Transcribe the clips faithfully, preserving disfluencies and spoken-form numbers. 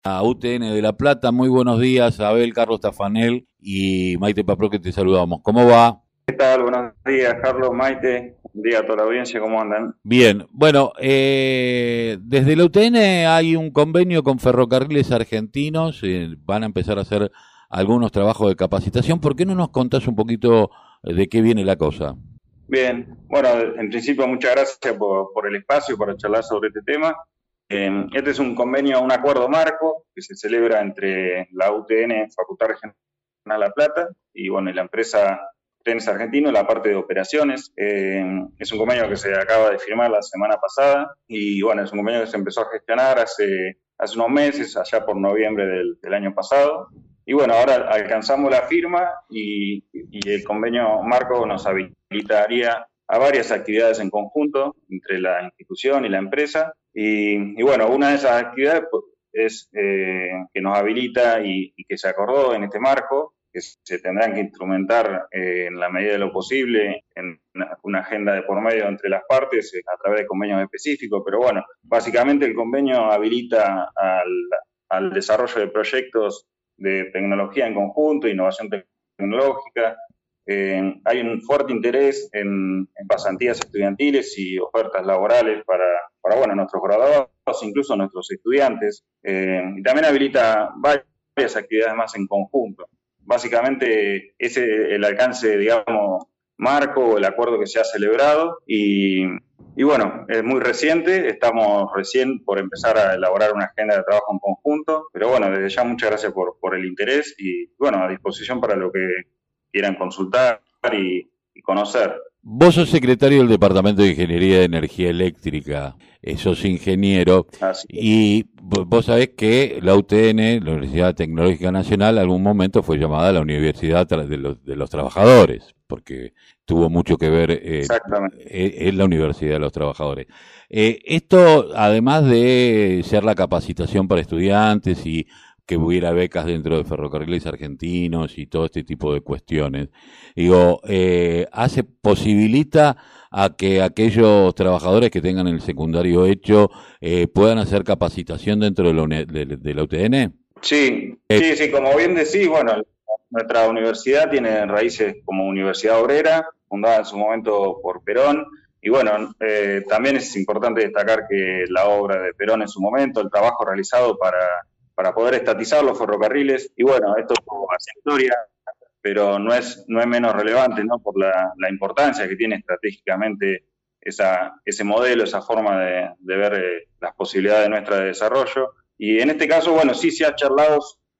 A U T N de La Plata. Muy buenos días, Abel, Carlos Tafanel y Maite Papró, que te saludamos. ¿Cómo va? ¿Qué tal? Buenos días, Carlos, Maite. Buen día a toda la audiencia, ¿cómo andan? Bien, bueno, eh, desde la U T N hay un convenio con Ferrocarriles Argentinos, eh, van a empezar a hacer algunos trabajos de capacitación. ¿Por qué no nos contás un poquito de qué viene la cosa? Bien, bueno, en principio muchas gracias por, por el espacio para charlar sobre este tema. Eh, este es un convenio, un acuerdo marco que se celebra entre la U T N, Facultad Regional de La Plata, y bueno, y la empresa Trenes Argentinos, la parte de operaciones. Eh, es un convenio que se acaba de firmar la semana pasada y bueno, es un convenio que se empezó a gestionar hace, hace unos meses, allá por noviembre del, del año pasado. Y bueno, ahora alcanzamos la firma y, y el convenio marco nos habilitaría a varias actividades en conjunto entre la institución y la empresa. Y, y bueno, una de esas actividades pues, es eh, que nos habilita y, y que se acordó en este marco, que se tendrán que instrumentar eh, en la medida de lo posible en una, una agenda de por medio entre las partes eh, a través de convenios específicos, pero bueno, básicamente el convenio habilita al, al desarrollo de proyectos de tecnología en conjunto, innovación tecnológica. Eh, hay un fuerte interés en, en pasantías estudiantiles y ofertas laborales para, para bueno, nuestros graduados, incluso nuestros estudiantes. Eh, y también habilita varias actividades más en conjunto. Básicamente ese es el alcance, digamos, marco, el acuerdo que se ha celebrado y, y bueno, es muy reciente, estamos recién por empezar a elaborar una agenda de trabajo en conjunto, pero bueno, desde ya muchas gracias por, por el interés y bueno, a disposición para lo que quieran consultar y, y conocer. Vos sos secretario del Departamento de Ingeniería de Energía Eléctrica, eh, sos ingeniero, Así que, y vo- vos sabés que la U T N, la Universidad Tecnológica Nacional, algún momento fue llamada la Universidad tra- de los, de los Trabajadores, porque tuvo mucho que ver, eh, exactamente. eh, es la Universidad de los Trabajadores. Eh, esto, además de ser la capacitación para estudiantes y que hubiera becas dentro de ferrocarriles argentinos y todo este tipo de cuestiones, digo, eh, hace, posibilita a que aquellos trabajadores que tengan el secundario hecho eh, puedan hacer capacitación dentro de la, uni- de, de la U T N. Sí, Eh, sí, sí, como bien decís, bueno, nuestra universidad tiene raíces como universidad obrera, fundada en su momento por Perón, y bueno, eh, también es importante destacar que la obra de Perón en su momento, el trabajo realizado para, para poder estatizar los ferrocarriles, y bueno, esto hace historia, pero no es, no es menos relevante, ¿no? Por la, la importancia que tiene estratégicamente esa, ese modelo, esa forma de, de ver eh, las posibilidades de nuestro desarrollo. Y en este caso, bueno, sí se ha charlado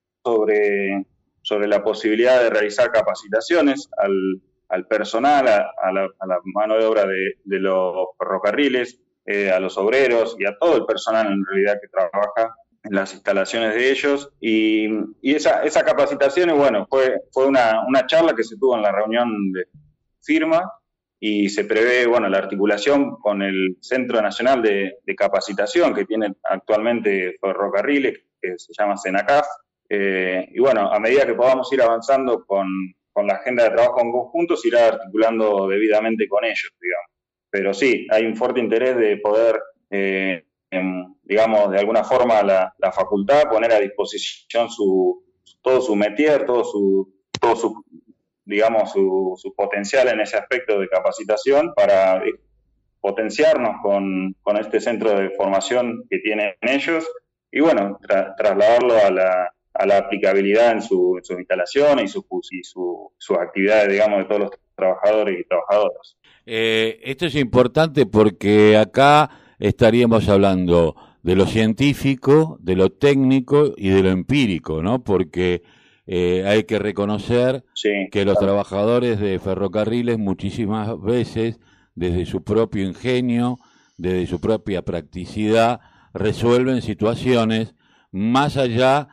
sobre, sobre la posibilidad de realizar capacitaciones al, al personal, a, a, la, a, la, mano de obra de, de los ferrocarriles, eh, a los obreros y a todo el personal en realidad que trabaja en las instalaciones de ellos. Y, y esa, esa capacitación, bueno, fue, fue una, una charla que se tuvo en la reunión de firma y se prevé, bueno, la articulación con el Centro Nacional de, de Capacitación que tiene actualmente Ferrocarriles, que se llama CENACAF. Eh, y bueno, a medida que podamos ir avanzando con, con la agenda de trabajo en conjunto, se irá articulando debidamente con ellos, digamos. Pero sí, hay un fuerte interés de poder eh, en, digamos, de alguna forma la, la facultad poner a disposición su, todo su métier, todo su, todo su digamos, su, su potencial en ese aspecto de capacitación para potenciarnos con, con este centro de formación que tienen ellos y, bueno, tra trasladarlo a la, a la aplicabilidad en, su, en sus instalaciones y, su, y su, sus actividades, digamos, de todos los trabajadores y trabajadoras. eh, esto es importante porque acá estaríamos hablando de lo científico, de lo técnico y de lo empírico, ¿no? Porque eh, hay que reconocer Sí, que los trabajadores de ferrocarriles muchísimas veces, desde su propio ingenio, desde su propia practicidad, resuelven situaciones más allá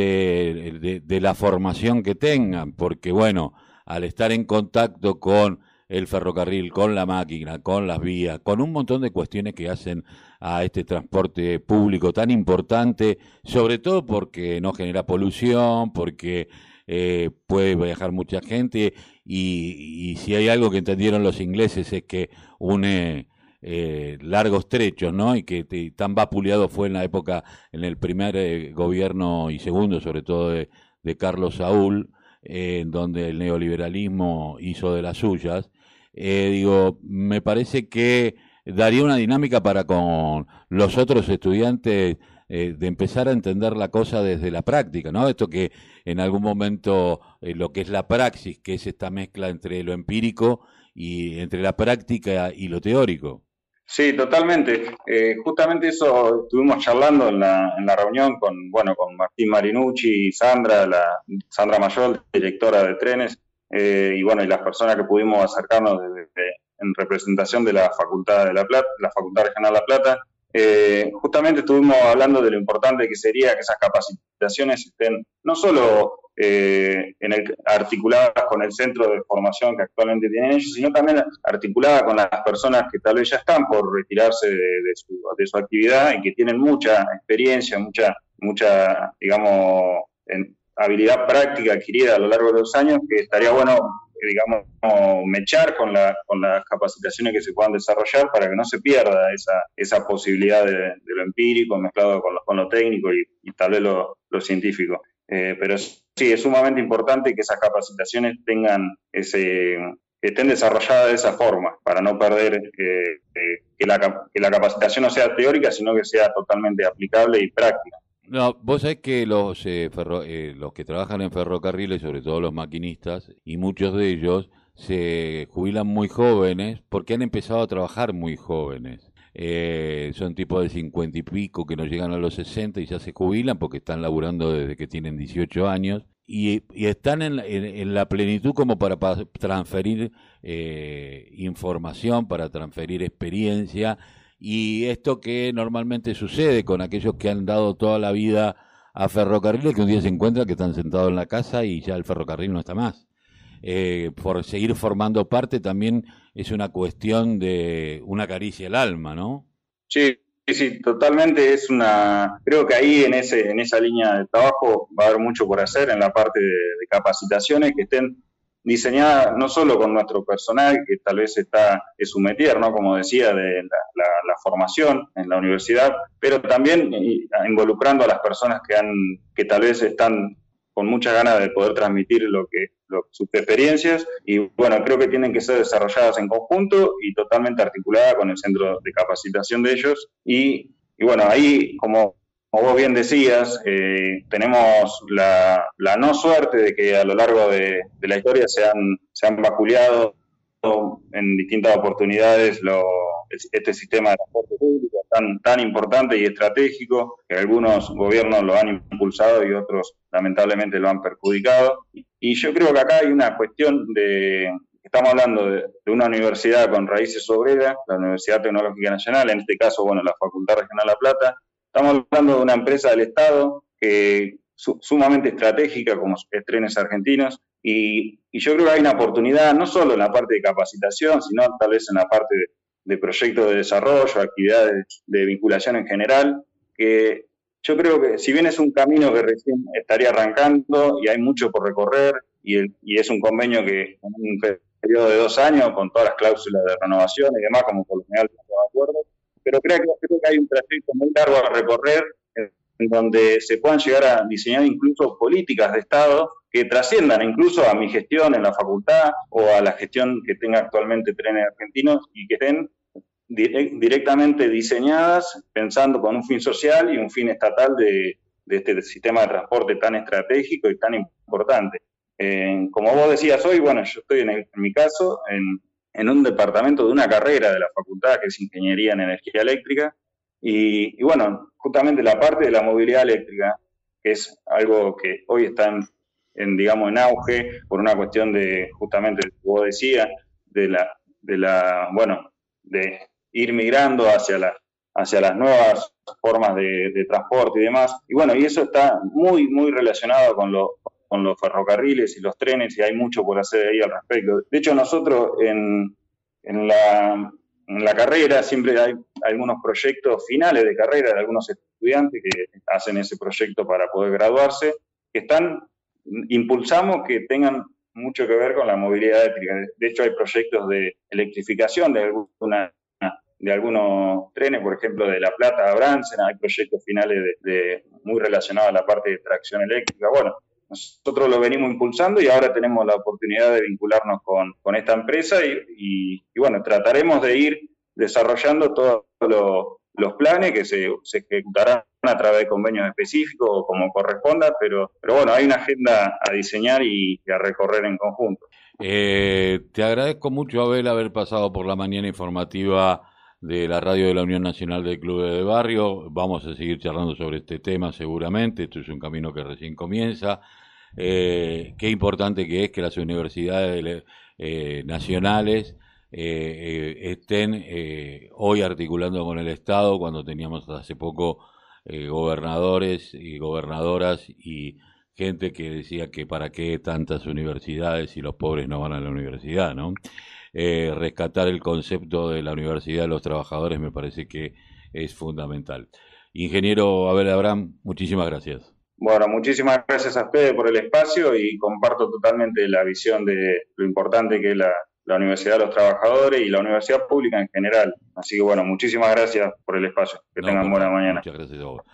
de, de, de la formación que tengan, porque bueno, al estar en contacto con el ferrocarril, con la máquina, con las vías, con un montón de cuestiones que hacen a este transporte público tan importante, sobre todo porque no genera polución, porque eh, puede viajar mucha gente y, y si hay algo que entendieron los ingleses es que une eh, largos trechos, ¿no? Y que te, tan vapuleado fue en la época, en el primer eh, gobierno y segundo, sobre todo de, de Carlos Saúl, eh, en donde el neoliberalismo hizo de las suyas. Eh, digo, me parece que daría una dinámica para con los otros estudiantes eh, de empezar a entender la cosa desde la práctica, ¿no? Esto que en algún momento eh, lo que es la praxis, que es esta mezcla entre lo empírico y entre la práctica y lo teórico. Sí, totalmente. Eh, justamente eso estuvimos charlando en la, en la reunión con, bueno, con Martín Marinucci y Sandra, la, Sandra Mayol, directora de trenes, eh, y bueno, y las personas que pudimos acercarnos de, de, en representación de la Facultad de La Plata, la Facultad Regional La Plata. Eh, justamente estuvimos hablando de lo importante que sería que esas capacitaciones estén no solo eh, en el, articuladas con el centro de formación que actualmente tienen ellos, sino también articuladas con las personas que tal vez ya están por retirarse de, de, su, de su actividad y que tienen mucha experiencia, mucha, mucha digamos, en, habilidad práctica adquirida a lo largo de los años, que estaría bueno, digamos, mechar con, la, con las capacitaciones que se puedan desarrollar para que no se pierda esa, esa posibilidad de, de lo empírico mezclado con lo, con lo técnico y, y tal vez lo, lo científico. Eh, pero sí, es sumamente importante que esas capacitaciones tengan ese, que estén desarrolladas de esa forma, para no perder eh, eh, que, la, que la capacitación no sea teórica, sino que sea totalmente aplicable y práctica. No, vos sabés que los, eh, ferro, eh, los que trabajan en ferrocarriles, sobre todo los maquinistas, y muchos de ellos se jubilan muy jóvenes porque han empezado a trabajar muy jóvenes. Eh, son tipos de cincuenta y pico que no llegan a los sesenta y ya se jubilan porque están laburando desde que tienen dieciocho años y, y están en, en, en la plenitud como para, para transferir eh, información, para transferir experiencia. Y esto que normalmente sucede con aquellos que han dado toda la vida a ferrocarriles, que un día se encuentran que están sentados en la casa y ya el ferrocarril no está más. Eh, por seguir formando parte también es una cuestión de una caricia al alma, ¿no? Sí, sí, totalmente. Es una, creo que ahí en ese, en esa línea de trabajo va a haber mucho por hacer en la parte de, de capacitaciones que estén diseñada no solo con nuestro personal, que tal vez está es su métier, ¿no? Como decía, de la, la, la formación en la universidad, pero también involucrando a las personas que han, que tal vez están con muchas ganas de poder transmitir lo que, lo, sus experiencias, y bueno, creo que tienen que ser desarrolladas en conjunto y totalmente articuladas con el centro de capacitación de ellos, y, y bueno, ahí como Como vos bien decías, eh, tenemos la, la no suerte de que a lo largo de, de la historia se han, se han vapuleado en distintas oportunidades lo, este sistema de transporte público tan, tan importante y estratégico, que algunos gobiernos lo han impulsado y otros lamentablemente lo han perjudicado. Y yo creo que acá hay una cuestión de, estamos hablando de, de una universidad con raíces obreras, la Universidad Tecnológica Nacional, en este caso, bueno, la Facultad Regional La Plata. Estamos hablando de una empresa del Estado que su, sumamente estratégica como es Trenes Argentinos y, y yo creo que hay una oportunidad no solo en la parte de capacitación, sino tal vez en la parte de, de proyectos de desarrollo, actividades de vinculación en general, que yo creo que si bien es un camino que recién estaría arrancando y hay mucho por recorrer y, el, y es un convenio que en un periodo de dos años con todas las cláusulas de renovación y demás, como por lo general estamos de acuerdo, pero creo que, creo que hay un trayecto muy largo a recorrer en donde se puedan llegar a diseñar incluso políticas de Estado que trasciendan incluso a mi gestión en la facultad o a la gestión que tenga actualmente Trenes Argentinos y que estén directamente diseñadas pensando con un fin social y un fin estatal de, de este sistema de transporte tan estratégico y tan importante. Eh, como vos decías hoy, bueno, yo estoy en, el, en mi caso en en un departamento de una carrera de la facultad, que es Ingeniería en Energía Eléctrica, y, y bueno, justamente la parte de la movilidad eléctrica, que es algo que hoy está en, en digamos, en auge, por una cuestión de, justamente, como decía, de la, de la, bueno, de ir migrando hacia, la, hacia las nuevas formas de, de transporte y demás, y bueno, y eso está muy, muy relacionado con lo con los ferrocarriles y los trenes, y hay mucho por hacer ahí al respecto. De hecho, nosotros en, en, la, en la carrera siempre hay algunos proyectos finales de carrera de algunos estudiantes que hacen ese proyecto para poder graduarse, que están, impulsamos que tengan mucho que ver con la movilidad eléctrica. De hecho, hay proyectos de electrificación de alguna de algunos trenes, por ejemplo, de La Plata a Bransen, hay proyectos finales de, de muy relacionados a la parte de tracción eléctrica. Bueno, nosotros lo venimos impulsando y ahora tenemos la oportunidad de vincularnos con, con esta empresa y, y, y, bueno, trataremos de ir desarrollando todos los, los planes que se, se ejecutarán a través de convenios específicos o como corresponda, pero, pero bueno, hay una agenda a diseñar y, y a recorrer en conjunto. Eh, te agradezco mucho, Abel, haber pasado por la mañana informativa de la radio de la Unión Nacional de Clubes de Barrio. Vamos a seguir charlando sobre este tema seguramente, esto es un camino que recién comienza. Eh, qué importante que es que las universidades eh, nacionales eh, eh, estén eh, hoy articulando con el Estado, cuando teníamos hace poco eh, gobernadores y gobernadoras y gente que decía que para qué tantas universidades si los pobres no van a la universidad, ¿no? Eh, rescatar el concepto de la universidad de los trabajadores me parece que es fundamental. Ingeniero Abel Abraham, muchísimas gracias. Bueno, muchísimas gracias a ustedes por el espacio y comparto totalmente la visión de lo importante que es la, la Universidad de los Trabajadores y la universidad pública en general. Así que bueno, muchísimas gracias por el espacio. Que No, tengan buena favor, mañana. muchas gracias a vos.